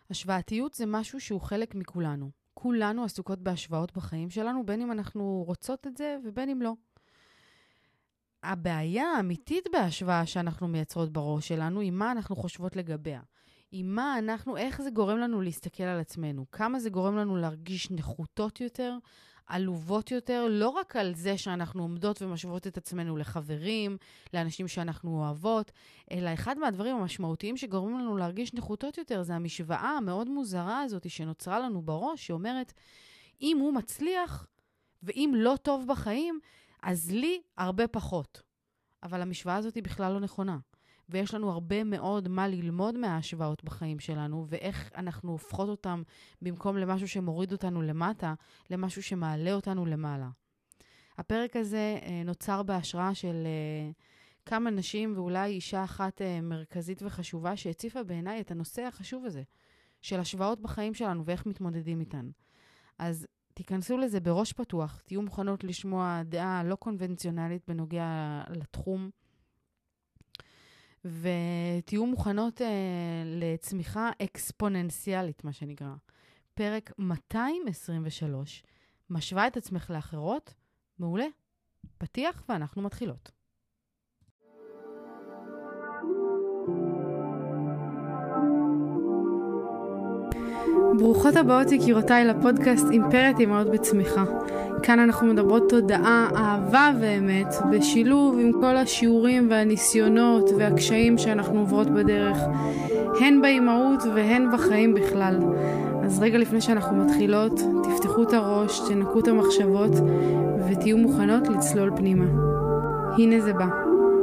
השוואתיות זה משהו שהוא חלק מכולנו. כולנו עסוקות בהשוואות בחיים שלנו, בין אם אנחנו רוצות את זה ובין אם לא. הבעיה האמיתית בהשוואה שאנחנו מייצרות בראש שלנו, היא מה אנחנו חושבות לגביה. איך זה גורם לנו להסתכל על עצמנו, כמה זה גורם לנו להרגיש נחותות יותר, עלובות יותר, לא רק על זה שאנחנו עומדות ומשוות את עצמנו לחברים, לאנשים שאנחנו אוהבות, אלא אחד מהדברים המשמעותיים שגורמים לנו להרגיש נחותות יותר, זה המשוואה המאוד מוזרה הזאת שנוצרה לנו בראש, שאומרת, אם הוא מצליח ואם לא טוב בחיים, אז לי הרבה פחות. אבל המשוואה הזאת היא בכלל לא נכונה. ויש לנו הרבה מאוד מה ללמוד מההשוואות בחיים שלנו, ואיך אנחנו הופכות אותם במקום למשהו שמוריד אותנו למטה, למשהו שמעלה אותנו למעלה. הפרק הזה נוצר בהשראה של כמה נשים, ואולי אישה אחת מרכזית וחשובה, שהציפה בעיניי את הנושא החשוב הזה, של השוואות בחיים שלנו ואיך מתמודדים איתן. אז תיכנסו לזה בראש פתוח, תהיו מוכנות לשמוע דעה לא קונבנציונלית בנוגע לתחום, ותהיו מוכנות לצמיחה אקספוננציאלית, מה שנקרא. פרק 223, משווה את עצמך לאחרות, מעולה. פתיח ואנחנו מתחילות. ברוכות הבאות יקירותיי לפודקאסט אימפרית אימהות בצמיחה. כאן אנחנו מדברות תודעה, אהבה ואמת, בשילוב עם כל השיעורים והניסיונות והקשיים שאנחנו עוברות בדרך, הן באימהות והן בחיים בכלל. אז רגע לפני שאנחנו מתחילות, תפתחו את הראש, תנקו את המחשבות ותהיו מוכנות לצלול פנימה. הנה זה בא.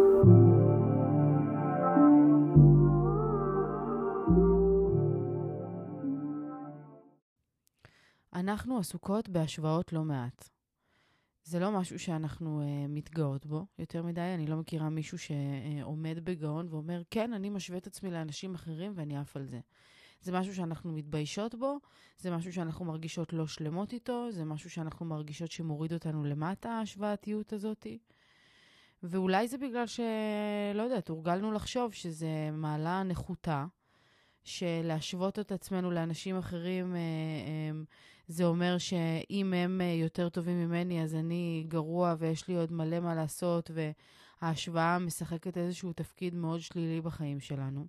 אנחנו עסוקות בהשוואות לא מעט. זה לא משהו שאנחנו מתגאות בו יותר מדי. אני לא מכירה מישהו שעומד בגאון ואומר, כן, אני משווה את עצמי לאנשים אחרים ואני אף על זה. זה משהו שאנחנו מתביישות בו, זה משהו שאנחנו מרגישות לא שלמות איתו, זה משהו שאנחנו מרגישות שמוריד אותנו למטה, ההשוואתיות הזאת. ואולי זה בגלל לא יודעת, הורגלנו לחשוב שזה מעלה נחותה, שלהשוות את עצמנו לאנשים אחרים, זה אומר שאם הם יותר טובים ממני, אז אני גרוע ויש לי עוד מלא מה לעשות, וההשוואה משחקת איזשהו תפקיד מאוד שלילי בחיים שלנו.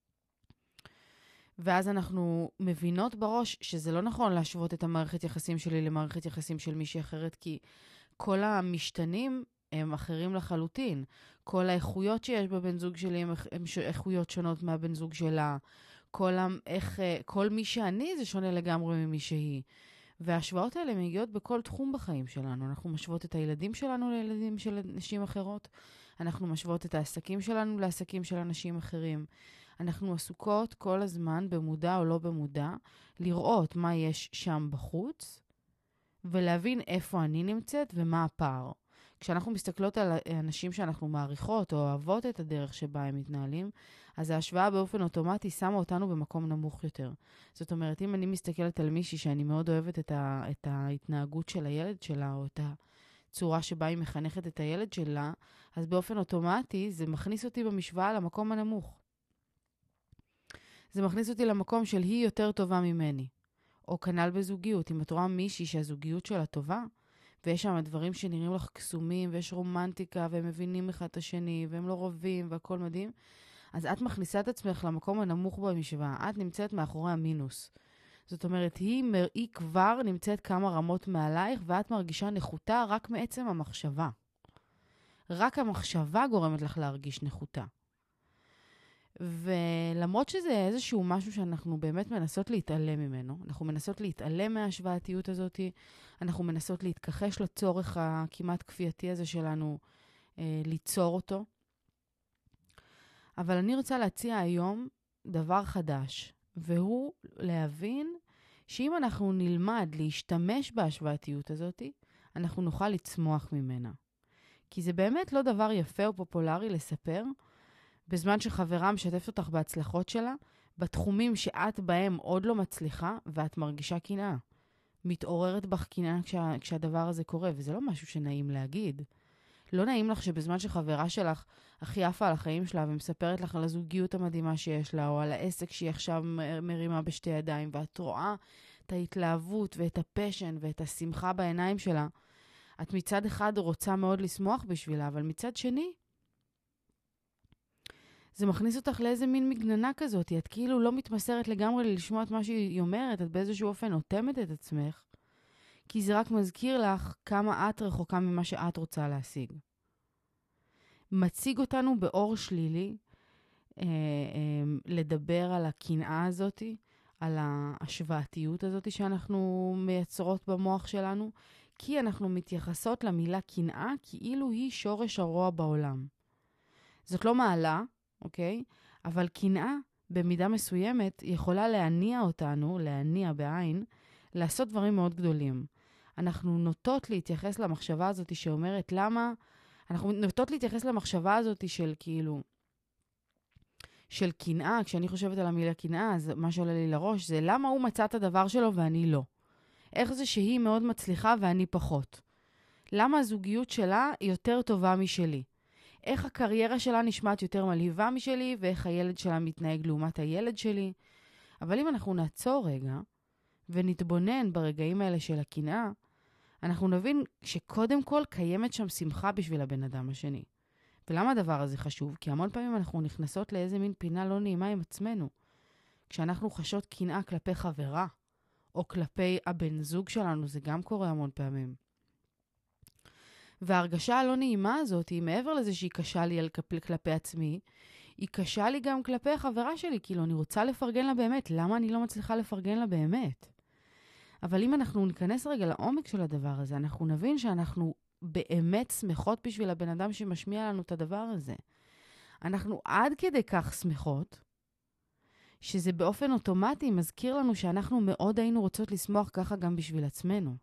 ואז אנחנו מבינות בראש שזה לא נכון להשוות את המערכת יחסים שלי למערכת יחסים של מישהי אחרת, כי כל המשתנים הם אחרים לחלוטין. כל האיכויות שיש בבן זוג שלי הם איכויות שונות מהבן זוג שלה. כל מי שאני זה שונה לגמרי ממי שהיא. וההשוואות האלה מגיעות בכל תחום בחיים שלנו. אנחנו משוות את הילדים שלנו לילדים של נשים אחרות. אנחנו משוות את העסקים שלנו לעסקים של אנשים אחרים. אנחנו עסוקות כל הזמן, במודע או לא במודע, לראות מה יש שם בחוץ, ולהבין איפה אני נמצאת ומה הפער. כשאנחנו מסתכלות על אנשים שאנחנו מעריכות או אוהבות את הדרך שבה הם מתנהלים, אז ההשוואה באופן אוטומטי שמה אותנו במקום נמוך יותר. זאת אומרת, אם אני מסתכלת על מישהי שאני מאוד אוהבת את ההתנהגות של הילד שלה, או את הצורה שבה היא מחנכת את הילד שלה, אז באופן אוטומטי זה מכניס אותי במשוואה למקום הנמוך. זה מכניס אותי למקום של היא יותר טובה ממני. או כנ"ל בזוגיות. אם את רואה מישהי שהזוגיות שלה טובה, ויש שם דברים שנראים לך קסומים, ויש רומנטיקה, והם מבינים אחד את השני, והם לא רבים, והכל מדהים, אז את מכניסה את עצמך למקום הנמוך במשוואה. את נמצאת מאחורי המינוס. זאת אומרת, היא כבר נמצאת כמה רמות מעלייך, ואת מרגישה נחותה רק מעצם המחשבה. רק המחשבה גורמת לך להרגיש נחותה. ולמרות שזה איזשהו משהו שאנחנו באמת מנסות להתעלם ממנו, אנחנו מנסות להתעלם מההשוואתיות הזאת, אנחנו מנסות להתכחש לצורך הכמעט כפייתי הזה שלנו ליצור אותו. אבל אני רוצה להציע היום דבר חדש, והוא להבין שאם אנחנו נלמד להשתמש בהשוואתיות הזאת, אנחנו נוכל לצמוח ממנה. כי זה באמת לא דבר יפה או פופולרי לספר, בזמן שחברה משתפת אותך בהצלחות שלה, בתחומים שאת בהם עוד לא מצליחה, ואת מרגישה קנאה. מתעוררת בך קנאה כשהדבר הזה קורה, וזה לא משהו שנעים להגיד. לא נעים לך שבזמן שחברה שלך הכי יפה על החיים שלה ומספרת לך על הזוגיות המדהימה שיש לה, או על העסק שהיא עכשיו מרימה בשתי ידיים, ואת רואה את ההתלהבות ואת הפשן ואת השמחה בעיניים שלה, את מצד אחד רוצה מאוד לשמוח בשבילה, אבל מצד שני, זה מכניס אותך לאיזה מין מגננה כזאת. את כאילו לא מתמסרת לגמרי לשמוע את מה שהיא אומרת, את באיזשהו אופן אוטמת את עצמך, כי זה רק מזכיר לך כמה את רחוקה ממה שאת רוצה להשיג. מציג אותנו באור שלילי, לדבר על הקנאה הזאת, על ההשוואתיות הזאת שאנחנו מייצרות במוח שלנו, כי אנחנו מתייחסות למילה קנאה כאילו היא שורש הרוע בעולם. זאת לא מעלה, אוקיי? אבל קנאה במידה מסוימת יכולה להניע אותנו, להניע בעין, לעשות דברים מאוד גדולים. אנחנו נוטות להתייחס למחשבה הזאת שאומרת למה, אנחנו נוטות להתייחס למחשבה הזאת של כאילו, של קנאה. כשאני חושבת על המילה קנאה, אז מה שעולה לי לראש זה למה הוא מצא את הדבר שלו ואני לא. איך זה שהיא מאוד מצליחה ואני פחות. למה הזוגיות שלה יותר טובה משלי. איך הקריירה שלה נשמעת יותר מלהיבה משלי, ואיך הילד שלה מתנהג לעומת הילד שלי. אבל אם אנחנו נעצור רגע, ונתבונן ברגעים האלה של הקנאה, אנחנו נבין שקודם כל קיימת שם שמחה בשביל הבן אדם השני. ולמה הדבר הזה חשוב? כי המון פעמים אנחנו נכנסות לאיזה מין פינה לא נעימה עם עצמנו. כשאנחנו חשות קנאה כלפי חברה, או כלפי הבן זוג שלנו, זה גם קורה המון פעמים. וההרגשה הלא נעימה הזאת, היא מעבר לזה שהיא קשה לי כלפי עצמי, היא קשה לי גם כלפי החברה שלי, כאילו אני רוצה לפרגן לה באמת, למה אני לא מצליחה לפרגן לה באמת? אבל אם אנחנו ניכנס רגע לעומק של הדבר הזה, אנחנו נבין שאנחנו באמת שמחות בשביל הבן אדם שמשמיע לנו את הדבר הזה. אנחנו עד כדי כך שמחות, שזה באופן אוטומטי מזכיר לנו שאנחנו מאוד היינו רוצות לשמוח ככה גם בשביל עצמנו.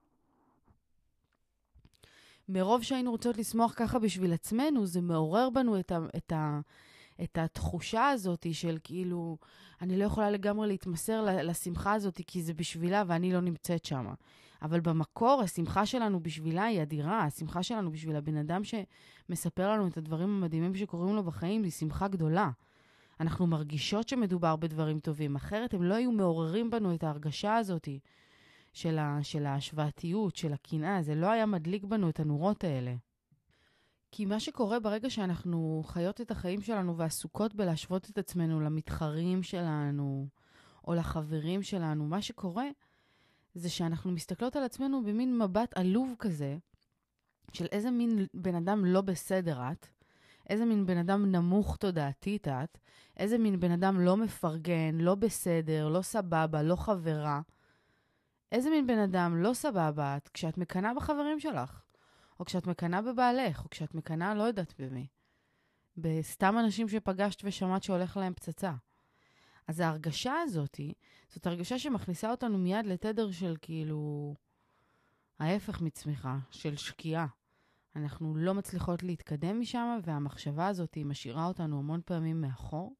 מרוב שהיינו רוצות לשמוח ככה בשביל עצמנו, זה מעורר בנו את התחושה הזאת של כאילו, אני לא יכולה לגמרי להתמסר לשמחה הזאת כי זה בשבילה ואני לא נמצאת שם. אבל במקור השמחה שלנו בשבילה היא אדירה, השמחה שלנו בשביל הבן אדם שמספר לנו את הדברים המדהימים שקורים לו בחיים, היא שמחה גדולה. אנחנו מרגישות שמדובר בדברים טובים, אחרת הם לא היו מעוררים בנו את ההרגשה הזאת של ההשוואתיות, של הקנאה, זה לא היה מדליק בנו את הנורות האלה. כי מה שקורה ברגע שאנחנו חיות את החיים שלנו ועסוקות בלהשוות את עצמנו למתחרים שלנו או לחברים שלנו, מה שקורה זה שאנחנו מסתכלות על עצמנו במין מבט עלוב כזה, של איזה מין בן אדם לא בסדר את, איזה מין בן אדם נמוך תודעתית את, איזה מין בן אדם לא מפרגן, לא בסדר, לא סבבה, לא חברה. איזה מין בן אדם לא סבבה את כשאת מקנה בחברים שלך, או כשאת מקנה בבעלך, או כשאת מקנה לא יודעת במי. בסתם אנשים שפגשת ושמעת שהולך להם פצצה. אז ההרגשה הזאת, זאת הרגשה שמכניסה אותנו מיד לתדר של כאילו, ההפך מצמיחה, של שקיעה. אנחנו לא מצליחות להתקדם משם, והמחשבה הזאת משאירה אותנו המון פעמים מאחור.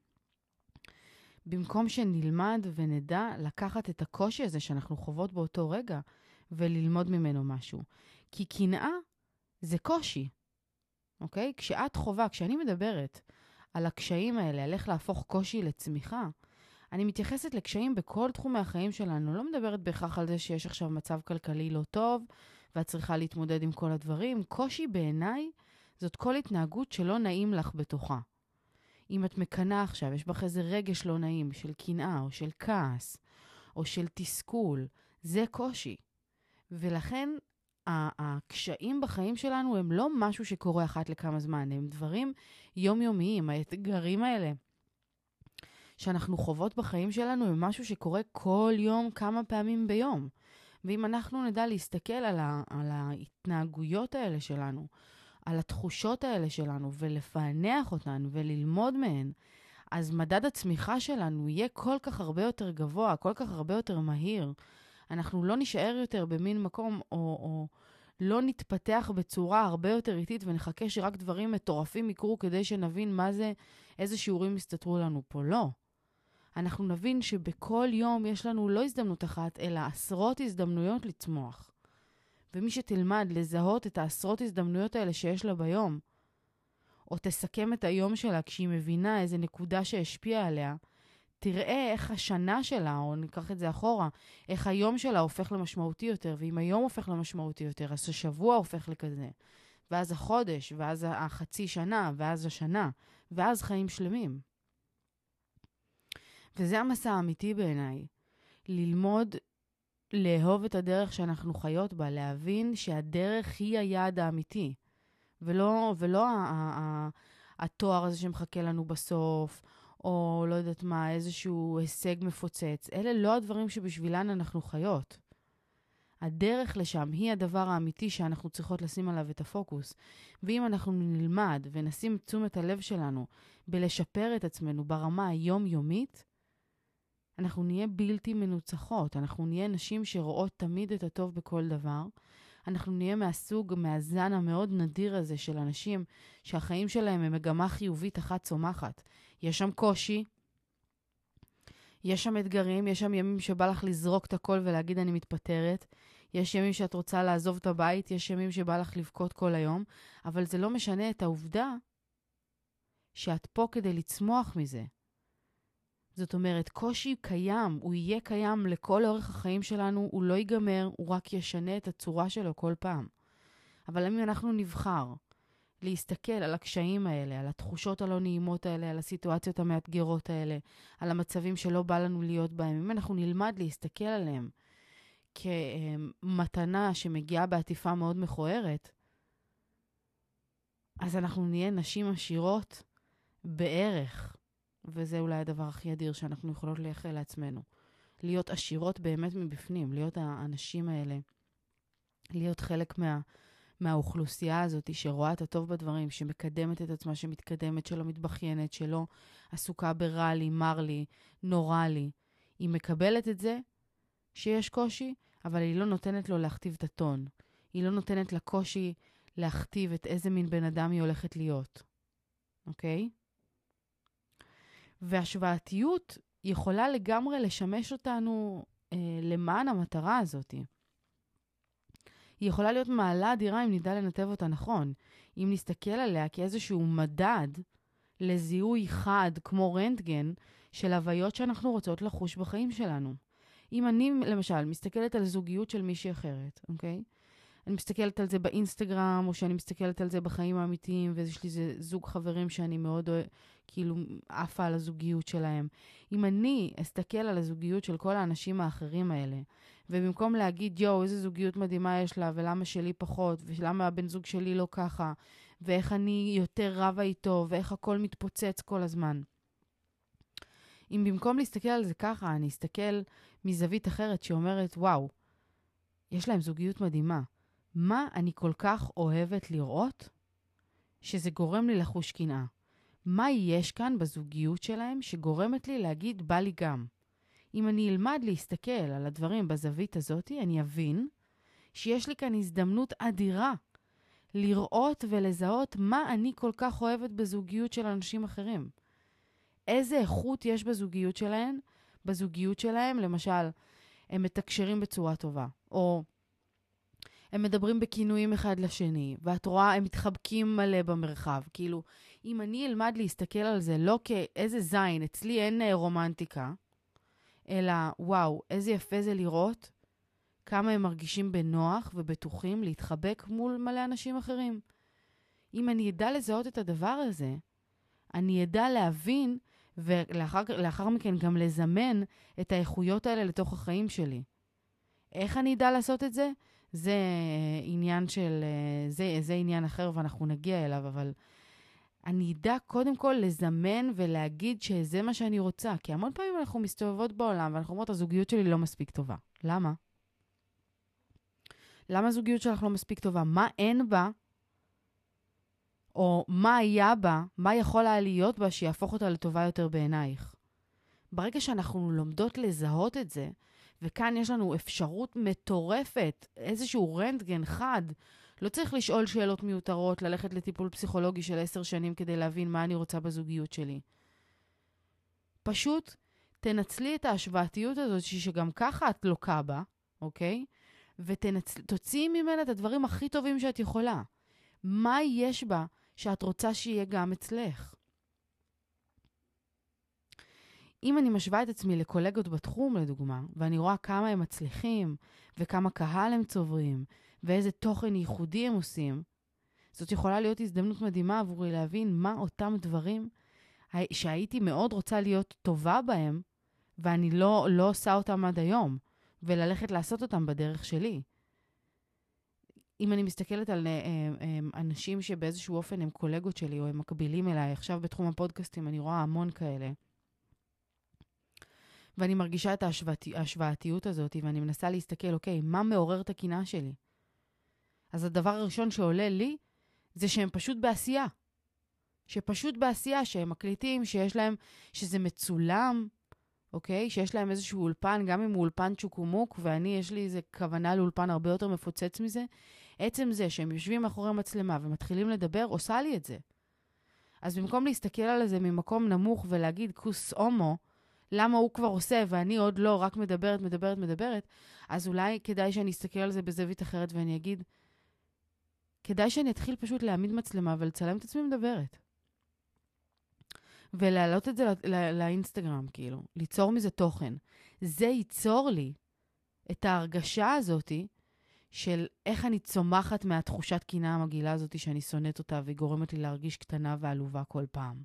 במקום שנלמד ונדע לקחת את הקושי הזה שאנחנו חוות באותו רגע, וללמוד ממנו משהו. כי קנאה זה קושי, אוקיי? כשאני מדברת על הקשיים האלה, על איך להפוך קושי לצמיחה, אני מתייחסת לקשיים בכל תחומי החיים שלנו. לא מדברת בהכרח על זה שיש עכשיו מצב כלכלי לא טוב, ואת צריכה להתמודד עם כל הדברים. קושי בעיניי זאת כל התנהגות שלא נעים לך בתוכה. אם את מקנה עכשיו, יש בך איזה רגש לא נעים של קנאה או של כעס או של תסכול, זה קושי. ולכן הקשיים בחיים שלנו הם לא משהו שקורה אחת לכמה זמן, הם דברים יומיומיים. האתגרים האלה שאנחנו חוות בחיים שלנו הם משהו שקורה כל יום, כמה פעמים ביום. ואם אנחנו נדע להסתכל על ההתנהגויות האלה שלנו, על התחושות האלה שלנו, ולפענח אותן וללמוד מהן, אז מדד הצמיחה שלנו יהיה כל כך הרבה יותר גבוה, כל כך הרבה יותר מהיר. אנחנו לא נשאר יותר במין מקום, או לא נתפתח בצורה הרבה יותר איטית, ונחכה שרק דברים מטורפים יקרו כדי שנבין מה זה, איזה שיעורים יסתתרו לנו פה. לא. אנחנו נבין שבכל יום יש לנו לא הזדמנות אחת, אלא עשרות הזדמנויות לצמוח. ומי שתלמד לזהות את העשרות הזדמנויות האלה שיש לה ביום, או תסכם את היום שלה כשהיא מבינה איזה נקודה שהשפיעה עליה, תראה איך השנה שלה, או ניקח את זה אחורה, איך היום שלה הופך למשמעותי יותר, ואם היום הופך למשמעותי יותר, אז השבוע הופך לכזה, ואז החודש, ואז החצי שנה, ואז השנה, ואז חיים שלמים. וזה המסע האמיתי בעיניי. ללמוד לאהוב את הדרך שאנחנו חיות בה, להבין שהדרך היא היעד האמיתי, ולא התואר הזה שמחכה לנו בסוף, או לא יודעת מה, איזשהו הישג מפוצץ. אלה לא הדברים שבשבילן אנחנו חיות. הדרך לשם היא הדבר האמיתי שאנחנו צריכות לשים עליו את הפוקוס. ואם אנחנו נלמד ונשים תשומת הלב שלנו בלשפר את עצמנו ברמה היומיומית, אנחנו נהיה בלתי מנוצחות. אנחנו נהיה נשים שרואות תמיד את הטוב בכל דבר. אנחנו נהיה מהזן המאוד נדיר הזה של אנשים שהחיים שלהם הם מגמה חיובית אחת צומחת. יש שם קושי, יש שם אתגרים, יש שם ימים שבא לך לזרוק את הכל ולהגיד אני מתפטרת, יש ימים שאת רוצה לעזוב את הבית, יש ימים שבא לך לבכות כל היום, אבל זה לא משנה את העובדה שאת פה כדי לצמוח מזה. זאת אומרת, קושי קיים, הוא יהיה קיים לכל אורך החיים שלנו, הוא לא ייגמר, הוא רק ישנה את הצורה שלו כל פעם. אבל אם אנחנו נבחר להסתכל על הקשיים האלה, על התחושות הלא נעימות האלה, על הסיטואציות המאתגרות האלה, על המצבים שלא בא לנו להיות בהם, אם אנחנו נלמד להסתכל עליהם כמתנה שמגיעה בעטיפה מאוד מכוערת, אז אנחנו נהיה נשים עשירות בערך. וזה אולי הדבר הכי אדיר שאנחנו יכולות לייחל לעצמנו. להיות עשירות באמת מבפנים, להיות האנשים האלה, להיות חלק מהאוכלוסייה הזאת שרואה את הטוב בדברים, שמקדמת את עצמה, שמתקדמת, שלא מתבחיינת, שלא עסוקה ברע לי, מר לי, נורא לי. היא מקבלת את זה שיש קושי, אבל היא לא נותנת לו להכתיב את הטון. היא לא נותנת לקושי להכתיב את איזה מין בן אדם היא הולכת להיות. אוקיי? והשוואתיות יכולה לגמרי לשמש אותנו למען המטרה הזאת. היא יכולה להיות מעלה אדירה אם נדע לנתב אותה נכון. אם נסתכל עליה כאיזשהו מדד לזיהוי חד כמו רנטגן של הוויות שאנחנו רוצות לחוש בחיים שלנו. אם אני למשל מסתכלת על זוגיות של מישהי אחרת, אוקיי? אני מסתכלת על זה באינסטגרם, או שאני מסתכלת על זה בחיים האמיתיים, ויש לי זוג חברים שאני מאוד כאילו עפה על הזוגיות שלהם. אם אני אסתכל על הזוגיות של כל האנשים האחרים האלה, ובמקום להגיד, יו, איזה זוגיות מדהימה יש לה, ולמה שלי פחות, ולמה הבן זוג שלי לא ככה, ואיך אני יותר רבה איתו, ואיך הכל מתפוצץ כל הזמן. אם במקום להסתכל על זה ככה, אני אסתכל מזווית אחרת שאומרת, וואו, יש להם זוגיות מדהימה. מה אני כל כך אוהבת לראות שזה גורם לי לחוש קנאה? מה יש כאן בזוגיות שלהם שגורמת לי להגיד בא לי גם? אם אני אלמד להסתכל על הדברים בזווית הזאת, אני אבין שיש לי כאן הזדמנות אדירה לראות ולזהות מה אני כל כך אוהבת בזוגיות של אנשים אחרים. איזה איכות יש בזוגיות שלהם, למשל, הם מתקשרים בצורה טובה, או הם מדברים בכינויים אחד לשני, ואת רואה, הם מתחבקים מלא במרחב. כאילו, אם אני אלמד להסתכל על זה, לא כאיזה זין, אצלי אין רומנטיקה, אלא, וואו, איזה יפה זה לראות כמה הם מרגישים בנוח ובטוחים להתחבק מול מלא אנשים אחרים. אם אני ידע לזהות את הדבר הזה, אני ידע להבין, ולאחר מכן גם לזמן את האיכויות האלה לתוך החיים שלי. איך אני ידע לעשות את זה? זה עניין אחר ואנחנו נגיע אליו, אבל אני ידע קודם כל לזמן ולהגיד שזה מה שאני רוצה. כי המון פעמים אנחנו מסתובבות בעולם ואנחנו אומרות, הזוגיות שלי לא מספיק טובה. למה? למה הזוגיות שלך לא מספיק טובה? מה אין בה? או מה היה בה? מה יכול היה להיות בה שיהפוך אותה לטובה יותר בעינייך? ברגע שאנחנו לומדות לזהות את זה, וכאן יש לנו אפשרות מטורפת, איזשהו רנטגן חד, לא צריך לשאול שאלות מיותרות, ללכת לטיפול פסיכולוגי של 10 שנים כדי להבין מה אני רוצה בזוגיות שלי. פשוט תנצלי את ההשוואתיות הזאת שגם ככה את לוקה בה, אוקיי? ותוציאי ממנה את הדברים הכי טובים שאת יכולה. מה יש בה שאת רוצה שיהיה גם אצלך? אם אני משווה את עצמי לקולגות בתחום, לדוגמה, ואני רואה כמה הם מצליחים, וכמה קהל הם צוברים, ואיזה תוכן ייחודי הם עושים, זאת יכולה להיות הזדמנות מדהימה עבורי להבין מה אותם דברים שהייתי מאוד רוצה להיות טובה בהם, ואני לא עושה אותם עד היום, וללכת לעשות אותם בדרך שלי. אם אני מסתכלת על אנשים שבאיזשהו אופן הם קולגות שלי, או הם מקבילים אליי, עכשיו בתחום הפודקאסטים אני רואה המון כאלה, ואני מרגישה את ההשוואתיות הזאת, ואני מנסה להסתכל, אוקיי, מה מעורר את הקנאה שלי? אז הדבר הראשון שעולה לי, זה שהם פשוט בעשייה. שפשוט בעשייה, שהם מקליטים, שיש להם, שזה מצולם, אוקיי? שיש להם איזשהו אולפן, גם אם הוא אולפן צ'וקומוק, ואני, יש לי איזו כוונה לאולפן הרבה יותר מפוצץ מזה, עצם זה שהם יושבים מאחורי מצלמה ומתחילים לדבר, עושה לי את זה. אז במקום להסתכל על זה ממקום נמוך ולהגיד, כוס הומו, למה הוא כבר עושה ואני עוד לא, רק מדברת, אז אולי כדאי שאני אסתכל על זה בזווית אחרת ואני אגיד, כדאי שאני אתחיל פשוט להעמיד מצלמה ולצלם את עצמי מדברת. ולהעלות את זה לאינסטגרם, כאילו. ליצור מזה תוכן. זה ייצור לי את ההרגשה הזאת של איך אני צומחת מהתחושת קנאה המגעילה הזאת שאני שונאת אותה והיא גורמת לי להרגיש קטנה ועלובה כל פעם.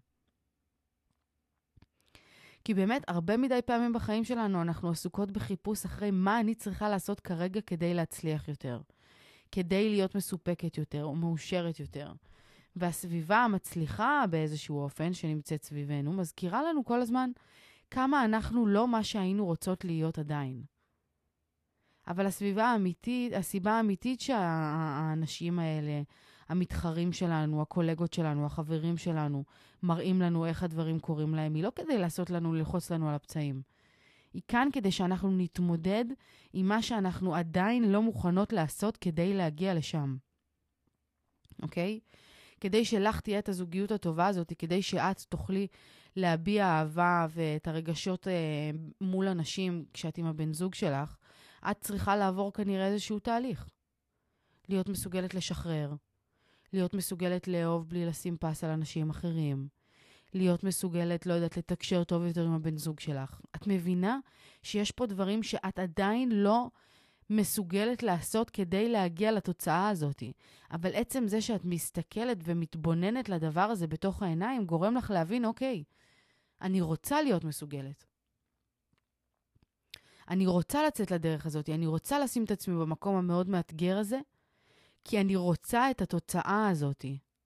כי באמת, הרבה מדי פעמים בחיים שלנו אנחנו עסוקות בחיפוש אחרי מה אני צריכה לעשות כרגע כדי להצליח יותר. כדי להיות מסופקת יותר או מאושרת יותר. והסביבה המצליחה באיזשהו אופן שנמצאת סביבנו, מזכירה לנו כל הזמן כמה אנחנו לא מה שהיינו רוצות להיות עדיין. אבל הסיבה האמיתית שהאנשים האלה, המתחרים שלנו, הקולגות שלנו, החברים שלנו, מראים לנו איך הדברים קורים להם, היא לא כדי ללחוץ לנו על הפצעים. היא כאן כדי שאנחנו נתמודד עם מה שאנחנו עדיין לא מוכנות לעשות כדי להגיע לשם. אוקיי? כדי שלך תהיה את הזוגיות הטובה הזאת, כדי שאת תוכלי להביע אהבה ואת הרגשות מול אנשים כשאת עם הבן זוג שלך, את צריכה לעבור כנראה איזשהו תהליך. להיות מסוגלת לשחרר, להיות מסוגלת לאהוב בלי לשים פס על אנשים אחרים, להיות מסוגלת, לא יודעת, לתקשר טוב יותר עם הבן זוג שלך. את מבינה שיש פה דברים שאת עדיין לא מסוגלת לעשות כדי להגיע לתוצאה הזאת. אבל עצם זה שאת מסתכלת ומתבוננת לדבר הזה בתוך העיניים, גורם לך להבין, אוקיי, אני רוצה להיות מסוגלת. אני רוצה לצאת לדרך הזאת, אני רוצה לשים את עצמי במקום המאוד מאתגר הזה, כי אני רוצה את התוצאה הזאת.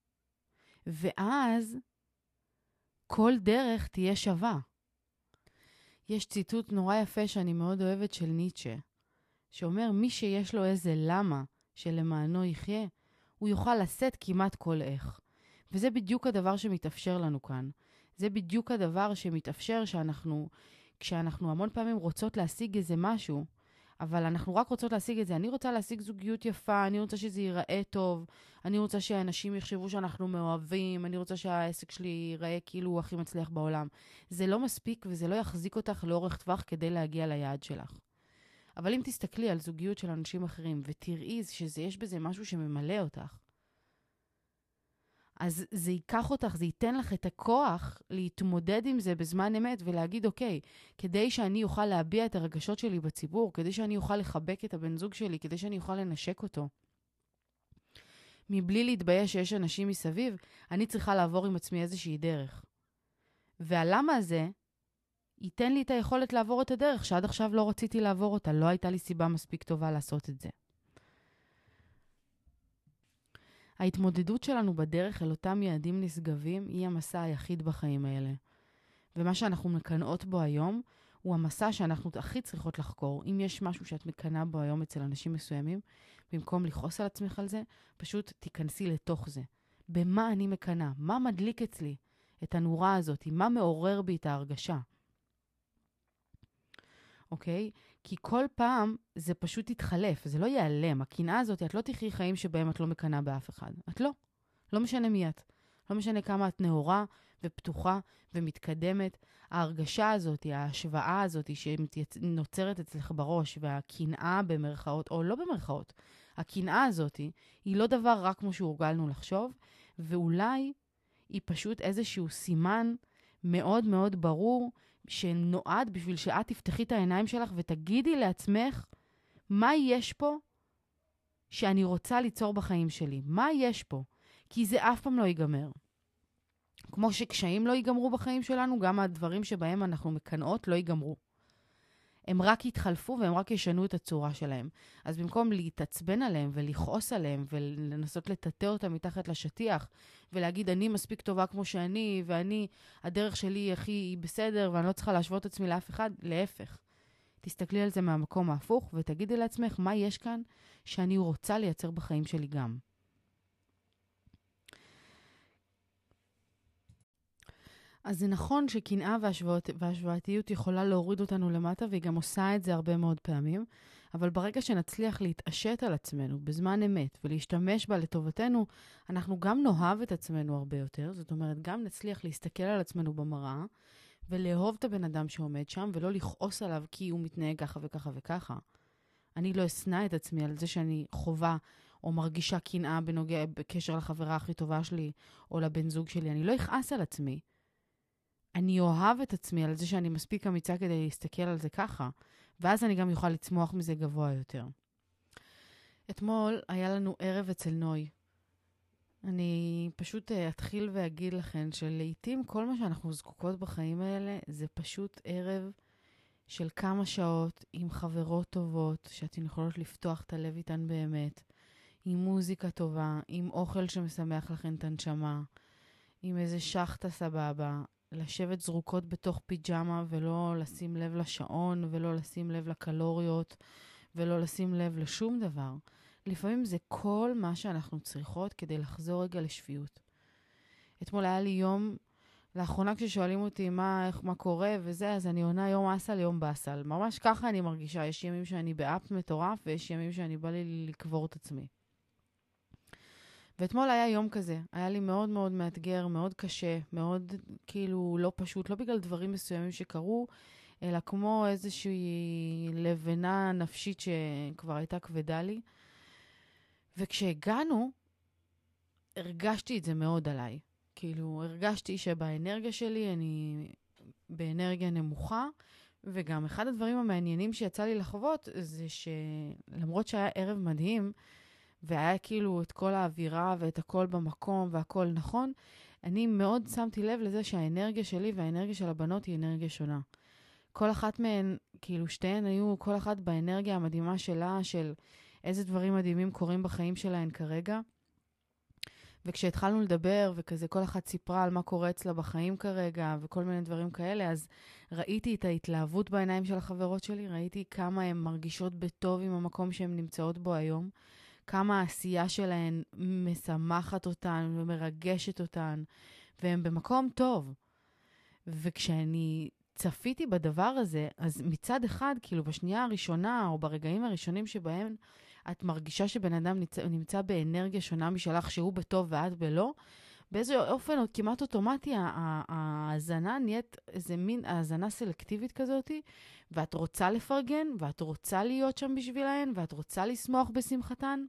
ואז כל דרך תהיה שווה. יש ציטוט נורא יפה שאני מאוד אוהבת של ניטשה, שאומר, מי שיש לו איזה למה שלמענו יחיה, הוא יוכל לשאת כמעט כל איך. וזה בדיוק הדבר שמתאפשר לנו כאן. זה בדיוק הדבר שמתאפשר כשאנחנו המון פעמים רוצות להשיג איזה משהו, אבל אנחנו רק רוצות להשיג את זה. אני רוצה להשיג זוגיות יפה, אני רוצה שזה ייראה טוב, אני רוצה שאנשים יחשבו שאנחנו מאוהבים, אני רוצה שהעסק שלי ייראה כאילו הוא הכי מצליח בעולם. זה לא מספיק וזה לא יחזיק אותך לאורך טווח כדי להגיע ליעד שלך. אבל אם תסתכלי על זוגיות של אנשים אחרים ותראי שיש בזה משהו שממלא אותך, אז זה ייקח אותך, זה ייתן לך את הכוח להתמודד עם זה בזמן אמת ולהגיד, אוקיי, כדי שאני אוכל להביע את הרגשות שלי בציבור, כדי שאני אוכל לחבק את הבן זוג שלי, כדי שאני אוכל לנשק אותו. מבלי להתבייש שיש אנשים מסביב, אני צריכה לעבור עם עצמי איזושהי דרך. והלמה הזה ייתן לי את היכולת לעבור את הדרך, שעד עכשיו לא רציתי לעבור אותה, לא הייתה לי סיבה מספיק טובה לעשות את זה. ההתמודדות שלנו בדרך אל אותם יעדים נשגבים היא המסע היחיד בחיים האלה. ומה שאנחנו מקנאות בו היום הוא המסע שאנחנו הכי צריכות לחקור. אם יש משהו שאת מקנאה בו היום אצל אנשים מסוימים, במקום לכעוס על עצמך על זה, פשוט תיכנסי לתוך זה. במה אני מקנאה? מה מדליק אצלי את הנורה הזאת? מה מעורר בי את ההרגשה? אוקיי? כי כל פעם זה פשוט יתחלף, זה לא ייעלם. הקנאה הזאת, את לא תחי חיים שבהם את לא מקנאה באף אחד. את לא. לא משנה מי את. לא משנה כמה את נאורה ופתוחה ומתקדמת, ההרגשה הזאת, ההשוואה הזאת שנוצרת אצלך בראש, והקנאה במרכאות, או לא במרכאות, הקנאה הזאת היא לא דבר רק כמו שהורגלנו לחשוב, ואולי היא פשוט איזשהו סימן מאוד מאוד ברור, שנועד בשביל שאת תפתחי את העיניים שלך ותגידי לעצמך, מה יש פה שאני רוצה ליצור בחיים שלי? מה יש פה? כי זה אף פעם לא ייגמר. כמו שקשיים לא ייגמרו בחיים שלנו, גם הדברים שבהם אנחנו מקנאות לא ייגמרו. הם רק יתחלפו והם רק ישנו את הצורה שלהם. אז במקום להתעצבן עליהם ולכעוס עליהם ולנסות לטאטא אותם מתחת לשטיח ולהגיד אני מספיק טובה כמו שאני ואני, הדרך שלי היא בסדר ואני לא צריכה להשוות עצמי לאף אחד, להפך. תסתכלי על זה מהמקום ההפוך ותגידי לעצמך מה יש כאן שאני רוצה לייצר בחיים שלי גם. אז זה נכון שקנאה והשוואתיות יכולה להוריד אותנו למטה, והיא גם עושה את זה הרבה מאוד פעמים, אבל ברגע שנצליח להתעשת על עצמנו בזמן אמת ולהשתמש בה לטובתנו, אנחנו גם נאהב את עצמנו הרבה יותר, זאת אומרת, גם נצליח להסתכל על עצמנו במראה, ולאהוב את הבן אדם שעומד שם, ולא לכעוס עליו כי הוא מתנהג ככה וככה וככה. אני לא אסנע את עצמי על זה שאני חובה או מרגישה קנאה בקשר לחברה הכי טובה שלי, או לבן זוג שלי. אני לא אכעס על עצמי. אני אוהב את עצמי על זה שאני מספיק אמיצה כדי להסתכל על זה ככה, ואז אני גם יוכל לצמוח מזה גבוה יותר. אתמול היה לנו ערב אצל נוי. אני פשוט אתחיל ואגיד לכם שלעיתים כל מה שאנחנו זקוקות בחיים האלה זה פשוט ערב של כמה שעות עם חברות טובות שאתן יכולות לפתוח את הלב איתן באמת, עם מוזיקה טובה, עם אוכל שמשמח לכן את הנשמה, עם איזה שחטה סבבה, לשבת זרוקות בתוך פיג'מה ולא לשים לב לשעון ולא לשים לב לקלוריות ולא לשים לב לשום דבר. לפעמים זה כל מה שאנחנו צריכות כדי לחזור רגע לשפיות. אתמול היה לי יום, לאחרונה כששואלים אותי מה קורה וזה, אז אני עונה יום אסל, יום באסל. ממש ככה אני מרגישה. יש ימים שאני באפ מטורף ויש ימים שאני בא לי לקבור את עצמי. ואתמול היה יום כזה. היה לי מאוד מאוד מאתגר, מאוד קשה, מאוד כאילו לא פשוט, לא בגלל דברים מסוימים שקרו, אלא כמו איזושהי לבנה נפשית שכבר הייתה כבדה לי. וכשהגענו, הרגשתי את זה מאוד עליי. כאילו, הרגשתי שבאנרגיה שלי אני באנרגיה נמוכה, וגם אחד הדברים המעניינים שיצא לי לחוות, זה שלמרות שהיה ערב מדהים, והיה כאילו את כל האווירה ואת הכל במקום והכל נכון, אני מאוד שמתי לב לזה שהאנרגיה שלי והאנרגיה של הבנות היא אנרגיה שונה. כל אחת מהן, כאילו שתיהן היו כל אחת באנרגיה המדהימה שלה, של איזה דברים מדהימים קורים בחיים שלהן כרגע. וכשהתחלנו לדבר וכזה כל אחת סיפרה על מה קורה אצלה בחיים כרגע וכל מיני דברים כאלה, אז ראיתי את ההתלהבות בעיניים של החברות שלי, ראיתי כמה הן מרגישות בטוב עם המקום שהן נמצאות בו היום, כמה העשייה שלהן משמחת אותן ומרגשת אותן, והן במקום טוב. וכשאני צפיתי בדבר הזה, אז מצד אחד, כאילו בשנייה הראשונה או ברגעים הראשונים שבהם את מרגישה שבן אדם נמצא באנרגיה שונה משלך, שהוא בטוב ואת בלא, באיזה אופן כמעט אוטומטי, ההאזנה נהיית איזה מין האזנה סלקטיבית כזאת, ואת רוצה לפרגן, ואת רוצה להיות שם בשבילהן, ואת רוצה לשמוח בשמחתן.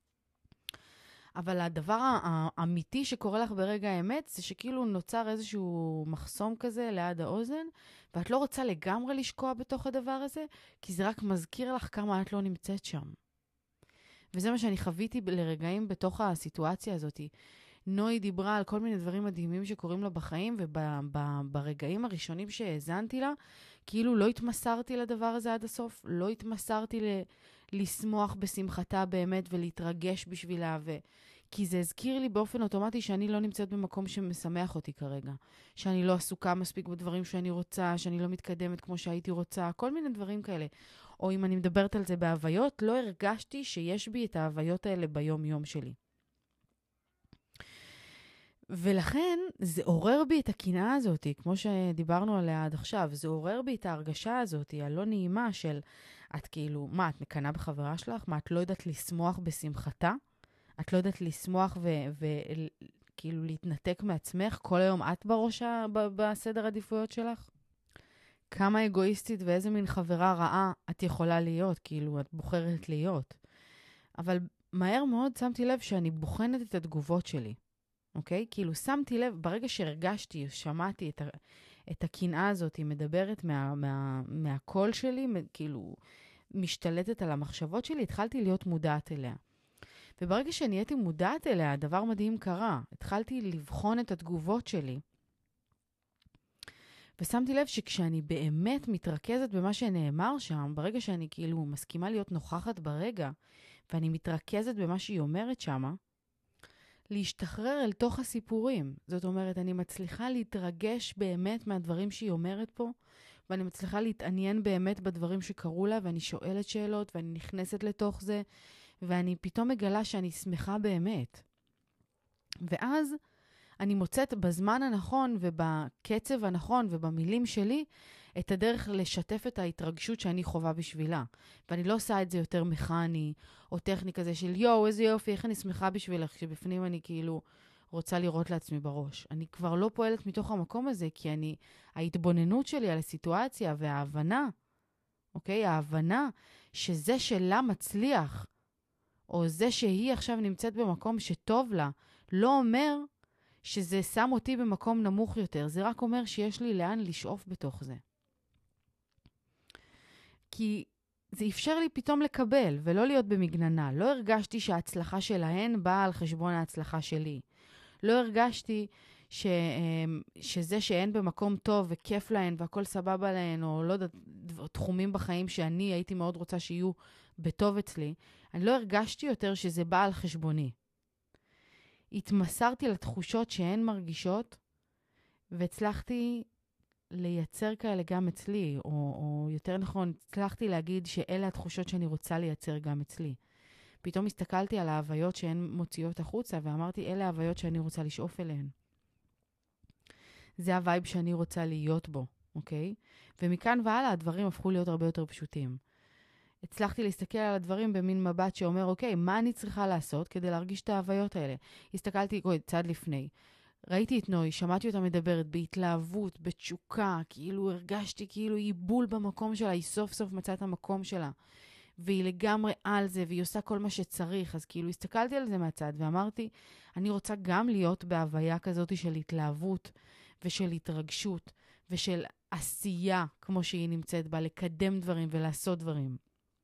אבל הדבר האמיתי שקורה לך ברגע האמת, זה שכאילו נוצר איזשהו מחסום כזה ליד האוזן, ואת לא רוצה לגמרי לשקוע בתוך הדבר הזה, כי זה רק מזכיר לך כמה את לא נמצאת שם. וזה מה שאני חוויתי לרגעים בתוך הסיטואציה הזאת. נוי דיברה על כל מיני דברים מדהימים שקורים לה בחיים, וברגעים הראשונים שהאזנתי לה, כאילו לא התמסרתי לדבר הזה עד הסוף, לא התמסרתי לשמוח בשמחתה באמת ולהתרגש בשבילה, כי זה הזכיר לי באופן אוטומטי שאני לא נמצאת במקום שמשמח אותי כרגע, שאני לא עסוקה מספיק בדברים שאני רוצה, שאני לא מתקדמת כמו שהייתי רוצה, כל מיני דברים כאלה. או אם אני מדברת על זה בהוויות, לא הרגשתי שיש בי את ההוויות האלה ביום יום שלי. ולכן זה עורר בי את הקנאה הזאת, כמו שדיברנו עליה עד עכשיו, זה עורר בי את ההרגשה הזאת, הלא נעימה של, את כאילו, מה, את מקנאה בחברה שלך? מה, את לא יודעת לשמוח בשמחתה? את לא יודעת לשמוח כאילו להתנתק מעצמך, כל היום את בראש בסדר עדיפויות שלך? כמה אגואיסטית ואיזה מין חברה רעה את יכולה להיות, כאילו את בוחרת להיות. אבל מהר מאוד שמתי לב שאני בוחנת את התגובות שלי, אוקיי? כאילו שמתי לב, ברגע שהרגשתי, שמעתי את הקנאה הזאת, היא מדברת מהקול שלי, כאילו משתלטת על המחשבות שלי, התחלתי להיות מודעת אליה. וברגע שנהייתי מודעת אליה, דבר מדהים קרה. התחלתי לבחון את התגובות שלי, ושמתי לב שכשאני באמת מתרכזת במה שנאמר שם, ברגע שאני כאילו מסכימה להיות נוכחת ברגע, ואני מתרכזת במה שהיא אומרת שמה, להשתחרר אל תוך הסיפורים. זאת אומרת, אני מצליחה להתרגש באמת מהדברים שהיא אומרת פה, ואני מצליחה להתעניין באמת בדברים שקרו לה, ואני שואלת שאלות, ואני נכנסת לתוך זה, ואני פתאום מגלה שאני שמחה באמת. ואז אני מוצאת בזמן הנכון ובקצב הנכון ובמילים שלי את הדרך לשתף את ההתרגשות שאני חווה בשבילה. ואני לא עושה את זה יותר מכני או טכני כזה של יואו, איזה יופי, איך אני שמחה בשבילך, כשבפנים אני כאילו רוצה לראות לעצמי בראש. אני כבר לא פועלת מתוך המקום הזה, כי ההתבוננות שלי על הסיטואציה וההבנה, אוקיי? ההבנה שזה שלה מצליח, או זה שהיא עכשיו נמצאת במקום שטוב לה, לא אומר שזה שם אותי במקום נמוך יותר. זה רק אומר שיש לי לאן לשאוף בתוך זה. כי זה אפשר לי פתאום לקבל ולא להיות במגננה. לא הרגשתי שההצלחה שלהן באה על חשבון ההצלחה שלי. לא הרגשתי שזה שהן במקום טוב וכיף להן והכל סבבה להן, או לא יודעת, תחומים בחיים שאני הייתי מאוד רוצה שיהיו בטוב אצלי, אני לא הרגשתי יותר שזה בא על חשבוני. התמסרתי לתחושות שהן מרגישות, והצלחתי לייצר כאלה גם אצלי, או יותר נכון, הצלחתי להגיד שאלה התחושות שאני רוצה לייצר גם אצלי. פתאום הסתכלתי על ההוויות שהן מוציאות החוצה, ואמרתי, אלה ההוויות שאני רוצה לשאוף אליהן. זה הווייב שאני רוצה להיות בו, אוקיי? ומכאן והלאה הדברים הפכו להיות הרבה יותר פשוטים. הצלחתי להסתכל על הדברים במין מבט שאומר, אוקיי, מה אני צריכה לעשות כדי להרגיש את ההוויות האלה? הסתכלתי צעד לפני. ראיתי את נוי, שמעתי אותה מדברת בהתלהבות, בתשוקה, כאילו הרגשתי כאילו היא בול במקום שלה, היא סוף סוף מצאה את המקום שלה. והיא לגמרי על זה, והיא עושה כל מה שצריך. אז כאילו הסתכלתי על זה מהצד ואמרתי, אני רוצה גם להיות בהוויה כזאת של התלהבות ושל התרגשות ושל עשייה, כמו שהיא נמצאת בה, לקדם דברים ולעשות דברים.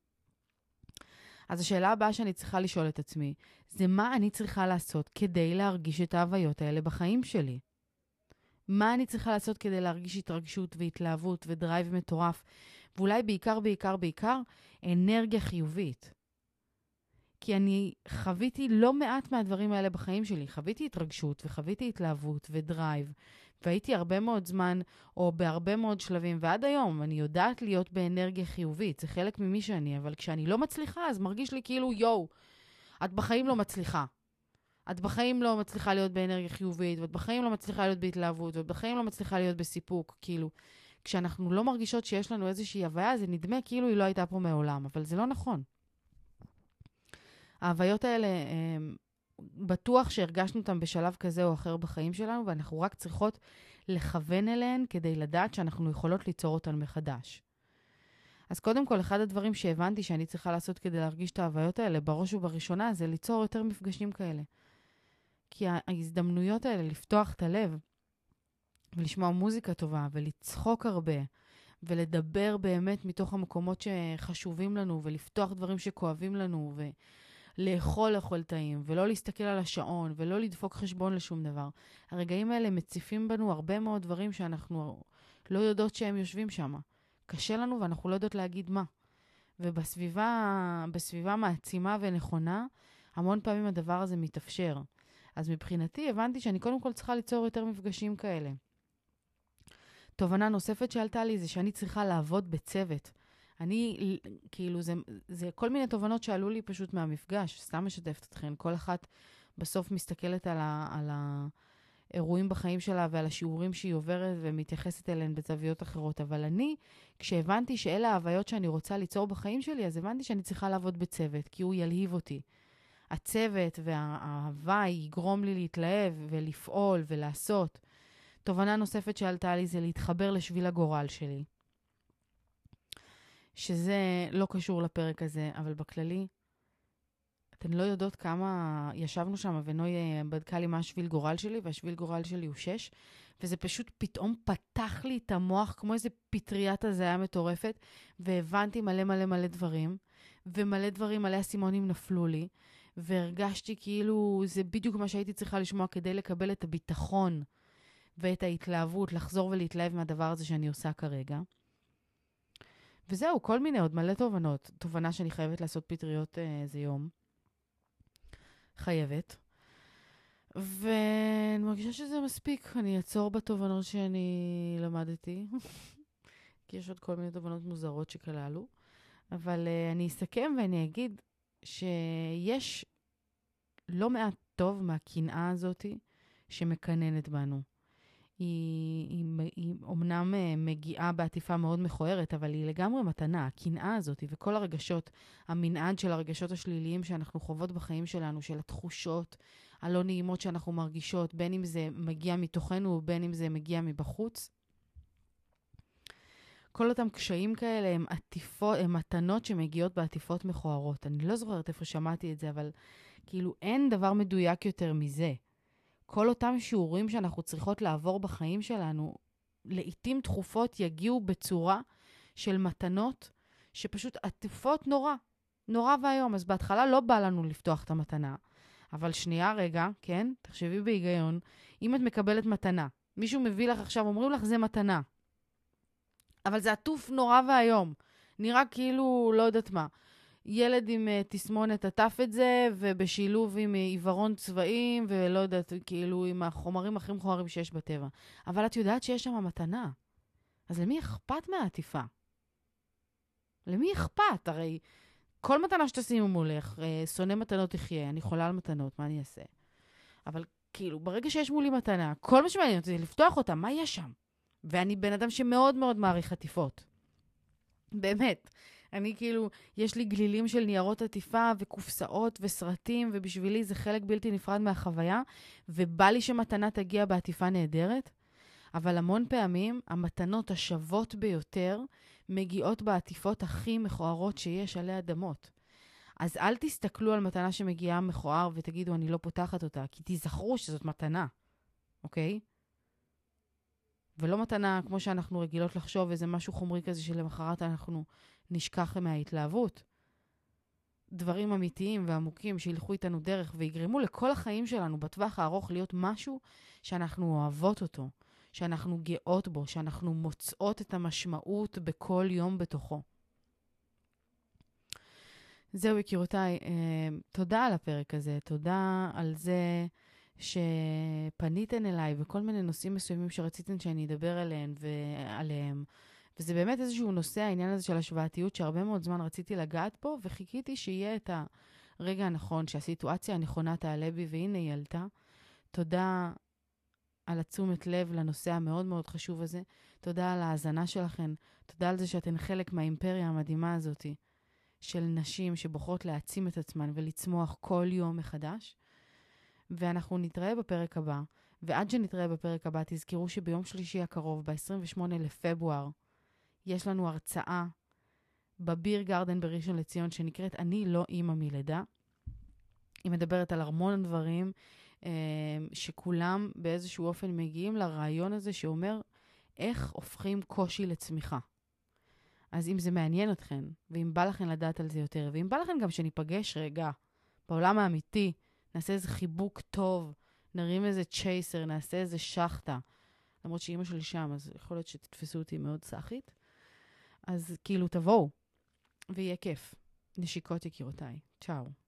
אז השאלה הבאה שאני צריכה לשאול את עצמי, זה מה אני צריכה לעשות כדי להרגיש את ההוויות האלה בחיים שלי? מה אני צריכה לעשות כדי להרגיש התרגשות והתלהבות ודרייב מטורף, ואולי בעיקר, אנרגיה חיובית. כי אני חוויתי לא מעט מהדברים האלה בחיים שלי. חוויתי התרגשות וחוויתי התלהבות ודרייב, והייתי הרבה מאוד זמן או בהרבה מאוד שלבים, ועד היום אני יודעת להיות באנרגיה חיובית. זה חלק ממי שאני, אבל כשאני לא מצליחה, אז מרגיש לי כאילו, יואו, את בחיים לא מצליחה. את בחיים לא מצליחה להיות באנרגיה חיובית, ואת בחיים לא מצליחה להיות בהתלהבות, ואת בחיים לא מצליחה להיות בסיפוק. כאילו, כשאנחנו לא מרגישות שיש לנו איזושהי הוויה, זה נדמה כאילו היא לא הייתה פה מעולם, אבל זה לא נכון. ההוויות האלה, בטוח שהרגשנו אותם בשלב כזה או אחר בחיים שלנו, ואנחנו רק צריכות לכוון אליהן כדי לדעת שאנחנו יכולות ליצור אותן מחדש. אז קודם כל, אחד הדברים שהבנתי שאני צריכה לעשות כדי להרגיש את ההוויות האלה, בראש ובראשונה, זה ליצור יותר מפגשים כאלה. כי ההזדמנויות האלה, לפתוח את הלב, ולשמוע מוזיקה טובה, ולצחוק הרבה, ולדבר באמת מתוך המקומות שחשובים לנו, ולפתוח דברים שכואבים לנו, לאכול טעים, ולא להסתכל על השעון, ולא לדפוק חשבון לשום דבר. הרגעים האלה מציפים בנו הרבה מאוד דברים שאנחנו לא יודעות שהם יושבים שם. קשה לנו ואנחנו לא יודעות להגיד מה. ובסביבה מעצימה ונכונה, המון פעמים הדבר הזה מתאפשר. אז מבחינתי הבנתי שאני קודם כל צריכה ליצור יותר מפגשים כאלה. תובנה נוספת שעלתה לי זה שאני צריכה לעבוד בצוות. אני, כאילו, זה כל מיני תובנות שעלו לי פשוט מהמפגש, סתם משתפת אתכן. כל אחת בסוף מסתכלת על האירועים בחיים שלה ועל השיעורים שהיא עוברת ומתייחסת אליהן בזוויות אחרות. אבל אני, כשהבנתי שאלה ההוויות שאני רוצה ליצור בחיים שלי, אז הבנתי שאני צריכה לעבוד בצוות, כי הוא ילהיב אותי. הצוות והאהבה יגרום לי להתלהב ולפעול ולעשות. תובנה נוספת שעלתה לי זה להתחבר לשביל הגורל שלי. שזה לא קשור לפרק הזה, אבל בכללי, אתן לא יודעות כמה ישבנו שם, ונוי בדקה לי מה השביל גורל שלי, והשביל גורל שלי הוא 6, וזה פשוט פתאום פתח לי את המוח, כמו איזה פטריית הזיה מטורפת, והבנתי מלא מלא מלא דברים, ומלא דברים, מלא הסימונים נפלו לי, והרגשתי כאילו זה בדיוק מה שהייתי צריכה לשמוע כדי לקבל את הביטחון, ואת ההתלהבות, לחזור ולהתלהב מהדבר הזה שאני עושה כרגע. וזהו, כל מיני עוד מלא תובנות. תובנה שאני חייבת לעשות פטריות איזה יום. חייבת. ואני מרגישה שזה מספיק. אני אעצור בתובנות שאני למדתי. כי יש עוד כל מיני תובנות מוזרות שכללו. אבל אני אסכם ואני אגיד שיש לא מעט טוב מהקנאה הזאת שמקננת בנו. היא אומנם מגיעה בעטיפה מאוד מכוערת, אבל היא לגמרי מתנה. הקנאה הזאת וכל הרגשות, המנעד של הרגשות השליליים שאנחנו חוות בחיים שלנו, של התחושות הלא נעימות שאנחנו מרגישות, בין אם זה מגיע מתוכנו ובין אם זה מגיע מבחוץ. כל אותם קשיים כאלה הם מתנות שמגיעות בעטיפות מכוערות. אני לא זוכרת איפה שמעתי את זה, אבל כאילו אין דבר מדויק יותר מזה. כל אותם שיעורים שאנחנו צריכות לעבור בחיים שלנו, לעתים תכופות יגיעו בצורה של מתנות שפשוט עטיפות נורא והיום. אז בהתחלה לא בא לנו לפתוח את המתנה, אבל שנייה רגע, כן? תחשבי בהיגיון, אם את מקבלת מתנה, מישהו מביא לך עכשיו, אומרים לך זה מתנה, אבל זה עטוף נורא והיום, נראה כאילו לא יודעת מה. ילד עם תסמונת עטף את זה, ובשילוב עם עיוורון צבעים, ולא יודעת, כאילו עם החומרים הכי מכוערים שיש בטבע. אבל את יודעת שיש שם מתנה. אז למי אכפת מהעטיפה? למי אכפת? הרי כל מתנה שתשימו מולך, שונא מתנות תחיה, אני חולה על מתנות, מה אני אעשה? אבל כאילו, ברגע שיש מולי מתנה, כל מה שמעניין אותי זה לפתוח אותה, מה יש שם? ואני בן אדם שמאוד מאוד מעריך עטיפות. באמת. אני כאילו, יש לי גלילים של ניירות עטיפה וקופסאות וסרטים, ובשבילי זה חלק בלתי נפרד מהחוויה, ובא לי שמתנה תגיע בעטיפה נהדרת, אבל המון פעמים המתנות השוות ביותר מגיעות בעטיפות הכי מכוערות שיש עלי אדמות. אז אל תסתכלו על מתנה שמגיעה מכוער ותגידו, אני לא פותחת אותה, כי תזכרו שזאת מתנה, אוקיי? ולא מתנה כמו שאנחנו רגילות לחשוב, איזה משהו חומרי כזה שלמחרת אנחנו נשכח מההתלהבות. דברים אמיתיים ועמוקים שילכו איתנו דרך ויגרמו לכל החיים שלנו בטווח הארוך להיות משהו שאנחנו אוהבות אותו, שאנחנו גאות בו, שאנחנו מוצאות את המשמעות בכל יום בתוכו. זהו יקירותיי, תודה על הפרק הזה, תודה על זה שפניתן אליי וכל מיני נושאים מסוימים שרציתן שאני אדבר עליהם. וזה באמת איזשהו נושא, העניין הזה של השוואתיות, שהרבה מאוד זמן רציתי לגעת בו, וחיכיתי שיהיה את הרגע הנכון, שהסיטואציה הנכונה תעלה בי, והנה היא עלתה. תודה על התשומת לב לנושא המאוד מאוד חשוב הזה. תודה על ההאזנה שלכן. תודה על זה שאתן חלק מהאימפריה המדהימה הזאת, של נשים שבוחרות להעצים את עצמן ולצמוח כל יום מחדש. ואנחנו נתראה בפרק הבא. ועד שנתראה בפרק הבא, תזכרו שביום שלישי הקרוב, ב-28 לפברואר, יש לנו הרצאה בביר גרדן בראשון לציון, שנקראת אני לא אימא מלידה. היא מדברת על המון דברים שכולם באיזשהו אופן מגיעים לרעיון הזה שאומר איך הופכים קושי לצמיחה. אז אם זה מעניין אתכן, ואם בא לכן לדעת על זה יותר, ואם בא לכן גם שניפגש רגע בעולם האמיתי, נעשה איזה חיבוק טוב, נרים איזה צ'ייסר, נעשה איזה שחטה. למרות שאימא שלי שם, אז יכול להיות שתתפסו אותי מאוד סחית. אז כאילו תבואו, ויהיה כיף. נשיקות יקירותיי. צ'או.